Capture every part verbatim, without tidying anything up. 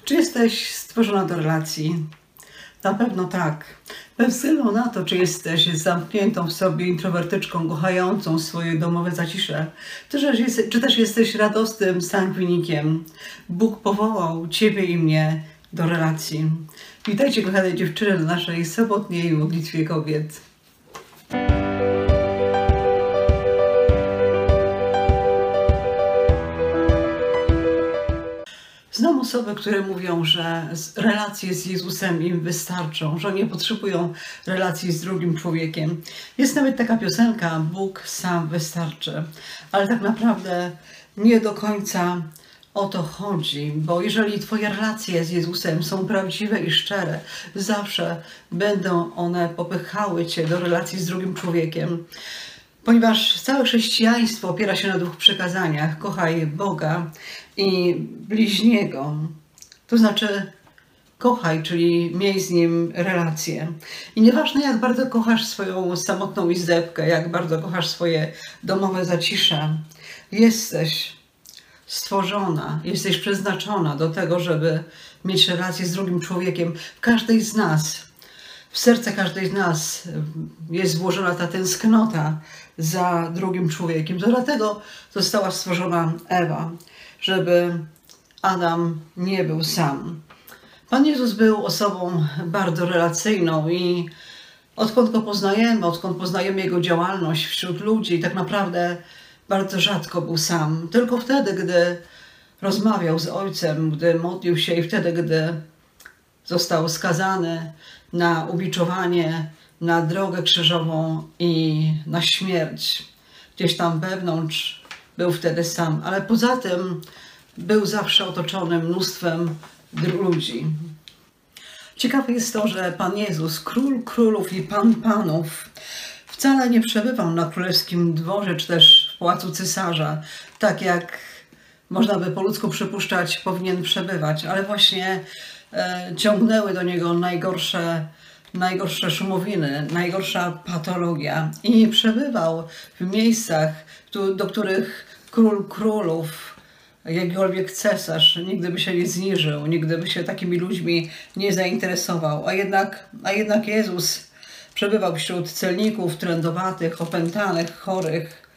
Czy jesteś stworzona do relacji? Na pewno tak. Bez względu na to, czy jesteś zamkniętą w sobie introwertyczką, kochającą swoje domowe zacisze, czy też, jest, czy też jesteś radosnym sangwinikiem. Bóg powołał Ciebie i mnie do relacji. Witajcie, kochane dziewczyny, w naszej sobotniej modlitwie kobiet. Znam osoby, które mówią, że relacje z Jezusem im wystarczą, że nie potrzebują relacji z drugim człowiekiem. Jest nawet taka piosenka, Bóg sam wystarczy. Ale tak naprawdę nie do końca o to chodzi, bo jeżeli Twoje relacje z Jezusem są prawdziwe i szczere, zawsze będą one popychały Cię do relacji z drugim człowiekiem. Ponieważ całe chrześcijaństwo opiera się na dwóch przykazaniach. Kochaj Boga i bliźniego. To znaczy kochaj, czyli miej z Nim relacje. I nieważne, jak bardzo kochasz swoją samotną izdebkę, jak bardzo kochasz swoje domowe zacisze, jesteś stworzona, jesteś przeznaczona do tego, żeby mieć relacje z drugim człowiekiem. W każdej z nas, w serce każdej z nas jest włożona ta tęsknota za drugim człowiekiem. To dlatego została stworzona Ewa, żeby Adam nie był sam. Pan Jezus był osobą bardzo relacyjną i odkąd Go poznajemy, odkąd poznajemy Jego działalność wśród ludzi, tak naprawdę bardzo rzadko był sam. Tylko wtedy, gdy rozmawiał z Ojcem, gdy modlił się i wtedy, gdy został skazany na ubiczowanie, na drogę krzyżową i na śmierć. Gdzieś tam wewnątrz był wtedy sam, ale poza tym był zawsze otoczony mnóstwem ludzi. Ciekawe jest to, że Pan Jezus, Król Królów i Pan Panów, wcale nie przebywał na królewskim dworze, czy też w pałacu cesarza, tak jak można by po ludzku przypuszczać, powinien przebywać, ale właśnie e, ciągnęły do niego najgorsze, najgorsze szumowiny, najgorsza patologia i przebywał w miejscach, tu, do których Król Królów, jakikolwiek cesarz nigdy by się nie zniżył, nigdy by się takimi ludźmi nie zainteresował, a jednak, a jednak Jezus przebywał wśród celników, trędowatych, opętanych, chorych,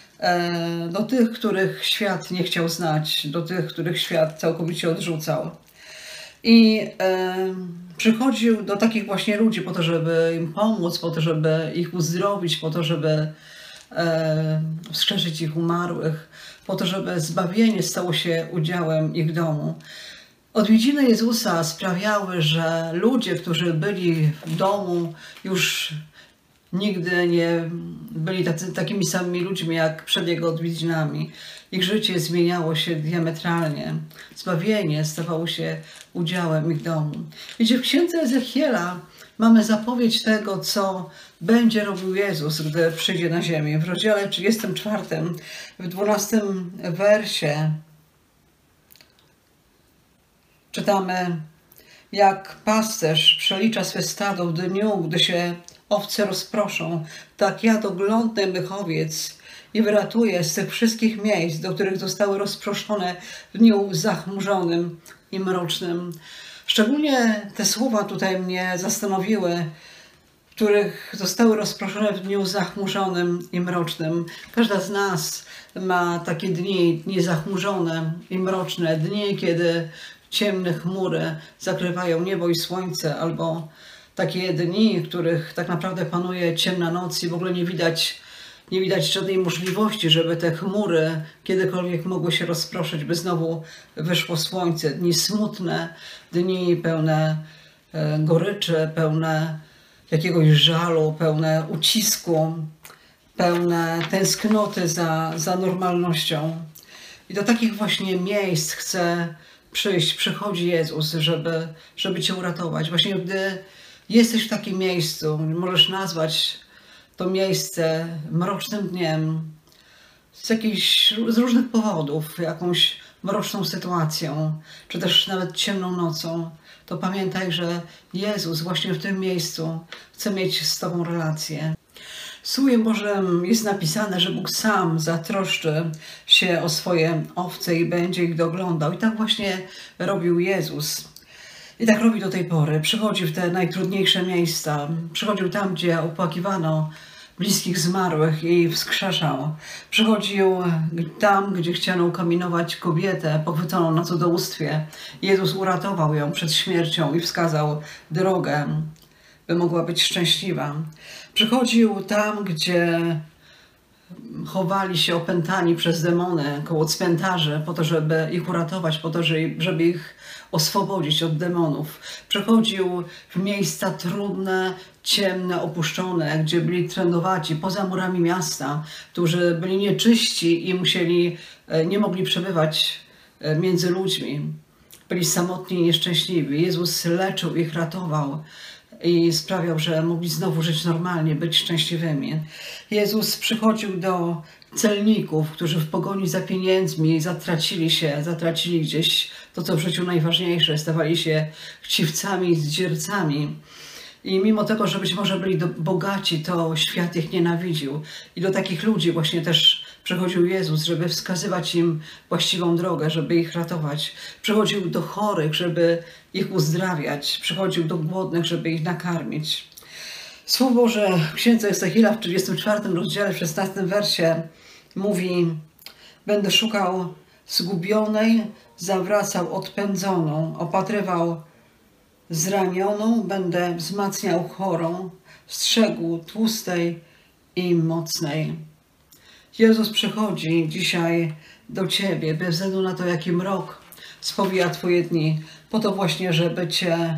do tych, których świat nie chciał znać, do tych, których świat całkowicie odrzucał. I e, przychodził do takich właśnie ludzi po to, żeby im pomóc, po to, żeby ich uzdrowić, po to, żeby e, wskrzeszyć ich umarłych, po to, żeby zbawienie stało się udziałem ich domu. Odwiedziny Jezusa sprawiały, że ludzie, którzy byli w domu, już nigdy nie byli tacy, takimi samymi ludźmi jak przed Jego odwiedzinami. Ich życie zmieniało się diametralnie. Zbawienie stawało się udziałem ich domu. Wiecie, w księdze Ezechiela mamy zapowiedź tego, co będzie robił Jezus, gdy przyjdzie na ziemię. W rozdziale trzydziestym czwartym, w dwunastym wersie czytamy, jak pasterz przelicza swe stado w dniu, gdy się owce rozproszą, tak ja doglądnę mych owiec i wyratuję z tych wszystkich miejsc, do których zostały rozproszone w dniu zachmurzonym i mrocznym. Szczególnie te słowa tutaj mnie zastanowiły, których zostały rozproszone w dniu zachmurzonym i mrocznym. Każda z nas ma takie dni, dni zachmurzone i mroczne, dni, kiedy ciemne chmury zakrywają niebo i słońce, albo takie dni, w których tak naprawdę panuje ciemna noc i w ogóle nie widać, nie widać żadnej możliwości, żeby te chmury kiedykolwiek mogły się rozproszyć, by znowu wyszło słońce. Dni smutne, dni pełne goryczy, pełne jakiegoś żalu, pełne ucisku, pełne tęsknoty za, za normalnością. I do takich właśnie miejsc chce przyjść, przychodzi Jezus, żeby, żeby Cię uratować. Właśnie gdy jesteś w takim miejscu, możesz nazwać to miejsce mrocznym dniem z jakichś, z różnych powodów, jakąś mroczną sytuacją, czy też nawet ciemną nocą, to pamiętaj, że Jezus właśnie w tym miejscu chce mieć z Tobą relację. W Słowie Bożym jest napisane, że Bóg sam zatroszczy się o swoje owce i będzie ich doglądał. I tak właśnie robił Jezus. I tak robi do tej pory. Przychodzi w te najtrudniejsze miejsca. Przychodził tam, gdzie opłakiwano bliskich zmarłych i wskrzeszał. Przychodził tam, gdzie chciano ukaminować kobietę pochwyconą na cudzołóstwie. Jezus uratował ją przed śmiercią i wskazał drogę, by mogła być szczęśliwa. Przychodził tam, gdzie chowali się opętani przez demony koło cmentarzy po to, żeby ich uratować, po to, żeby ich oswobodzić od demonów. Przechodził w miejsca trudne, ciemne, opuszczone, gdzie byli trędowaci poza murami miasta, którzy byli nieczyści i musieli, nie mogli przebywać między ludźmi. Byli samotni i nieszczęśliwi. Jezus leczył ich, ratował i sprawiał, że mogli znowu żyć normalnie, być szczęśliwymi. Jezus przychodził do celników, którzy w pogoni za pieniędzmi zatracili się, zatracili gdzieś to, co w życiu najważniejsze, stawali się chciwcami, zdziercami. I mimo tego, że być może byli bogaci, to świat ich nienawidził. I do takich ludzi właśnie też przychodził Jezus, żeby wskazywać im właściwą drogę, żeby ich ratować. Przychodził do chorych, żeby ich uzdrawiać. Przychodził do głodnych, żeby ich nakarmić. Słowo Boże w księdze Ezechiela w trzydziestym czwartym rozdziale, w szesnastym wersie mówi: będę szukał zgubionej, zawracał odpędzoną, opatrywał zranioną, będę wzmacniał chorą, strzegł tłustej i mocnej. Jezus przychodzi dzisiaj do Ciebie, bez względu na to, jaki mrok spowija Twoje dni, po to właśnie, żeby Cię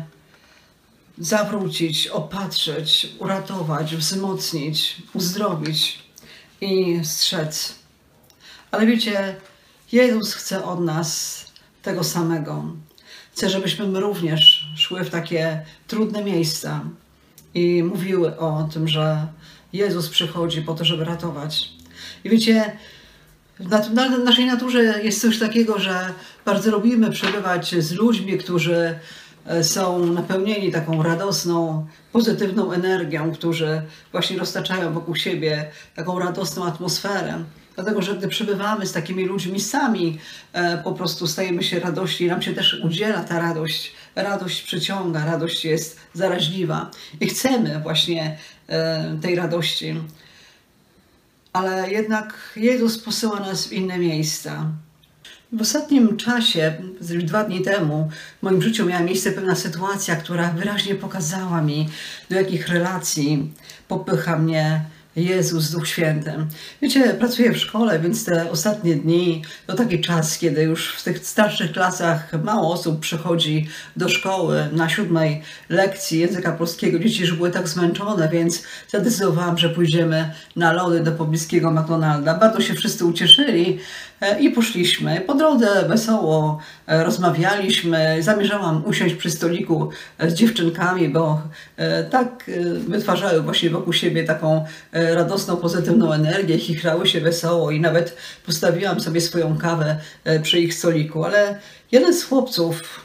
zawrócić, opatrzyć, uratować, wzmocnić, uzdrowić i strzec. Ale wiecie, Jezus chce od nas tego samego. Chce, żebyśmy my również szły w takie trudne miejsca i mówiły o tym, że Jezus przychodzi po to, żeby ratować. I wiecie, w naszej naturze jest coś takiego, że bardzo lubimy przebywać z ludźmi, którzy są napełnieni taką radosną, pozytywną energią, którzy właśnie roztaczają wokół siebie taką radosną atmosferę. Dlatego, że gdy przebywamy z takimi ludźmi sami, e, po prostu stajemy się radości i nam się też udziela ta radość. Radość przyciąga, radość jest zaraźliwa i chcemy właśnie e, tej radości. Ale jednak Jezus posyła nas w inne miejsca. W ostatnim czasie, dwa dni temu, w moim życiu miała miejsce pewna sytuacja, która wyraźnie pokazała mi, do jakich relacji popycha mnie Jezus, Duch Święty. Wiecie, pracuję w szkole, więc te ostatnie dni to taki czas, kiedy już w tych starszych klasach mało osób przychodzi do szkoły na siódmej lekcji języka polskiego. Dzieci już były tak zmęczone, więc zadecydowałam, że pójdziemy na lody do pobliskiego McDonalda. Bardzo się wszyscy ucieszyli i poszliśmy. Po drodze wesoło rozmawialiśmy. Zamierzałam usiąść przy stoliku z dziewczynkami, bo tak wytwarzały właśnie wokół siebie taką radosną, pozytywną energię, chichrały się wesoło i nawet postawiłam sobie swoją kawę przy ich stoliku. Ale jeden z chłopców,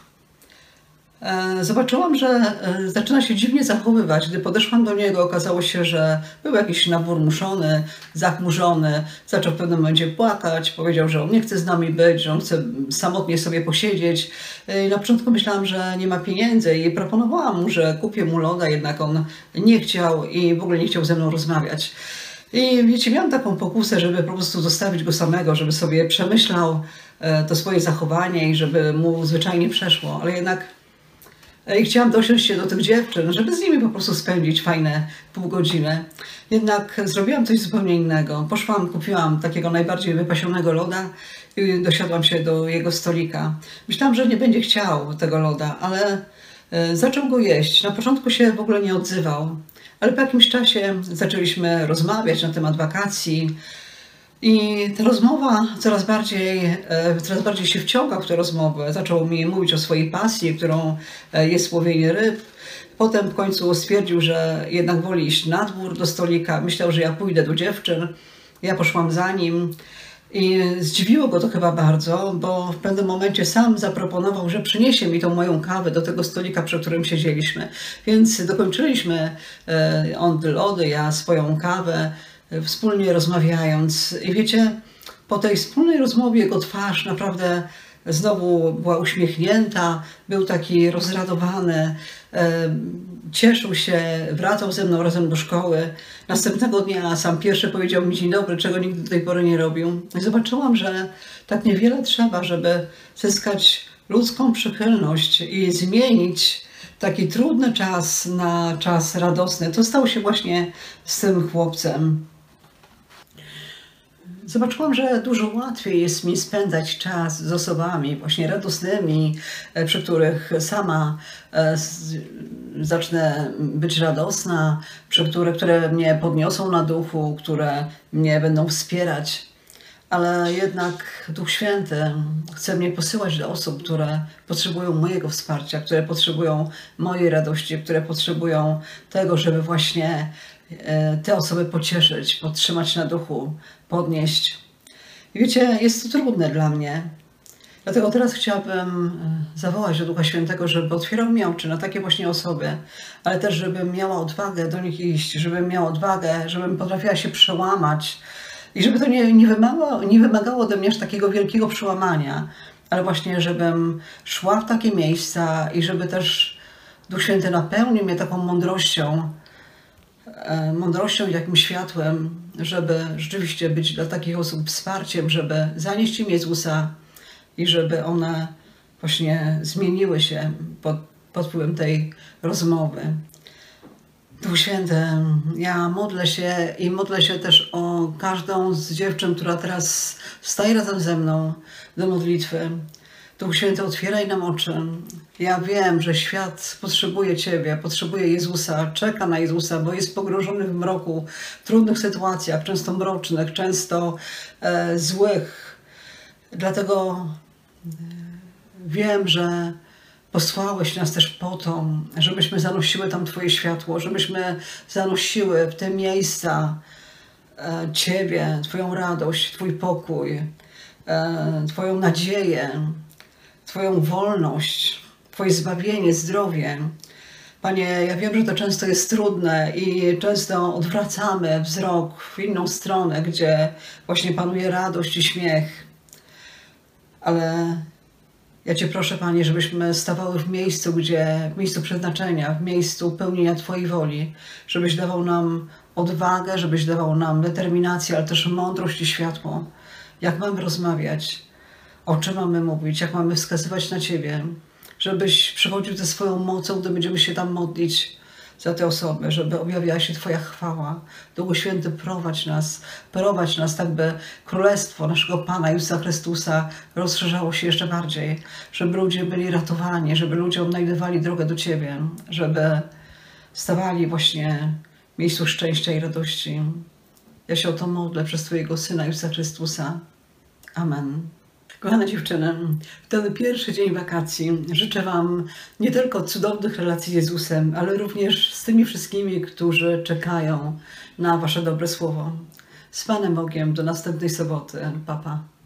zobaczyłam, że zaczyna się dziwnie zachowywać. Gdy podeszłam do niego, okazało się, że był jakiś naburmuszony, zachmurzony. Zaczął w pewnym momencie płakać, powiedział, że on nie chce z nami być, że on chce samotnie sobie posiedzieć. I na początku myślałam, że nie ma pieniędzy i proponowałam mu, że kupię mu loda, jednak on nie chciał i w ogóle nie chciał ze mną rozmawiać. I wiecie, miałam taką pokusę, żeby po prostu zostawić go samego, żeby sobie przemyślał to swoje zachowanie i żeby mu zwyczajnie przeszło, ale jednak i chciałam dosiąść się do tych dziewczyn, żeby z nimi po prostu spędzić fajne pół godziny. Jednak zrobiłam coś zupełnie innego. Poszłam, kupiłam takiego najbardziej wypasionego loda i dosiadłam się do jego stolika. Myślałam, że nie będzie chciał tego loda, ale zaczął go jeść. Na początku się w ogóle nie odzywał, ale po jakimś czasie zaczęliśmy rozmawiać na temat wakacji. I ta rozmowa coraz bardziej, coraz bardziej się wciągał w tę rozmowę. Zaczął mi mówić o swojej pasji, którą jest łowienie ryb. Potem w końcu stwierdził, że jednak woli iść na dwór do stolika. Myślał, że ja pójdę do dziewczyn. Ja poszłam za nim. I zdziwiło go to chyba bardzo, bo w pewnym momencie sam zaproponował, że przyniesie mi tą moją kawę do tego stolika, przy którym siedzieliśmy. Więc dokończyliśmy, on lody, ja swoją kawę, wspólnie rozmawiając. I wiecie, po tej wspólnej rozmowie jego twarz naprawdę znowu była uśmiechnięta, był taki rozradowany, cieszył się, wracał ze mną razem do szkoły. Następnego dnia sam pierwszy powiedział mi dzień dobry, czego nigdy do tej pory nie robił. I zobaczyłam, że tak niewiele trzeba, żeby zyskać ludzką przychylność i zmienić taki trudny czas na czas radosny. To stało się właśnie z tym chłopcem. Zobaczyłam, że dużo łatwiej jest mi spędzać czas z osobami właśnie radosnymi, przy których sama zacznę być radosna, przy których, które mnie podniosą na duchu, które mnie będą wspierać. Ale jednak Duch Święty chce mnie posyłać do osób, które potrzebują mojego wsparcia, które potrzebują mojej radości, które potrzebują tego, żeby właśnie te osoby pocieszyć, podtrzymać na duchu, podnieść. I wiecie, jest to trudne dla mnie. Dlatego teraz chciałabym zawołać do Ducha Świętego, żeby otwierał mi oczy na takie właśnie osoby, ale też żebym miała odwagę do nich iść, żebym miała odwagę, żebym potrafiła się przełamać i żeby to nie, nie, wymagało, nie wymagało ode mnie aż takiego wielkiego przełamania, ale właśnie żebym szła w takie miejsca i żeby też Duch Święty napełnił mnie taką mądrością, mądrością i takim światłem, żeby rzeczywiście być dla takich osób wsparciem, żeby zanieść im Jezusa i żeby one właśnie zmieniły się pod, pod wpływem tej rozmowy. Duch Święty, ja modlę się i modlę się też o każdą z dziewczyn, która teraz staje razem ze mną do modlitwy. Duch Święty, otwieraj nam oczy. Ja wiem, że świat potrzebuje Ciebie, potrzebuje Jezusa, czeka na Jezusa, bo jest pogrążony w mroku, w trudnych sytuacjach, często mrocznych, często e, złych. Dlatego wiem, że posłałeś nas też po to, żebyśmy zanosiły tam Twoje światło, żebyśmy zanosiły w te miejsca e, Ciebie, Twoją radość, Twój pokój, e, Twoją nadzieję, Twoją wolność, Twoje zbawienie, zdrowie. Panie, ja wiem, że to często jest trudne i często odwracamy wzrok w inną stronę, gdzie właśnie panuje radość i śmiech. Ale ja Cię proszę, Panie, żebyśmy stawały w miejscu, gdzie, w miejscu przeznaczenia, w miejscu pełnienia Twojej woli, żebyś dawał nam odwagę, żebyś dawał nam determinację, ale też mądrość i światło. Jak mamy rozmawiać, o czym mamy mówić, jak mamy wskazywać na Ciebie, żebyś przychodził ze swoją mocą, gdy będziemy się tam modlić za te osoby, żeby objawiała się Twoja chwała. Duchu Święty, prowadź nas, prowadź nas, tak by Królestwo naszego Pana Jezusa Chrystusa rozszerzało się jeszcze bardziej, żeby ludzie byli ratowani, żeby ludzie odnajdywali drogę do Ciebie, żeby stawali właśnie w miejscu szczęścia i radości. Ja się o to modlę przez Twojego Syna Jezusa Chrystusa. Amen. Kochane dziewczyny, w ten pierwszy dzień wakacji życzę Wam nie tylko cudownych relacji z Jezusem, ale również z tymi wszystkimi, którzy czekają na Wasze dobre słowo. Z Panem Bogiem do następnej soboty. Pa, pa.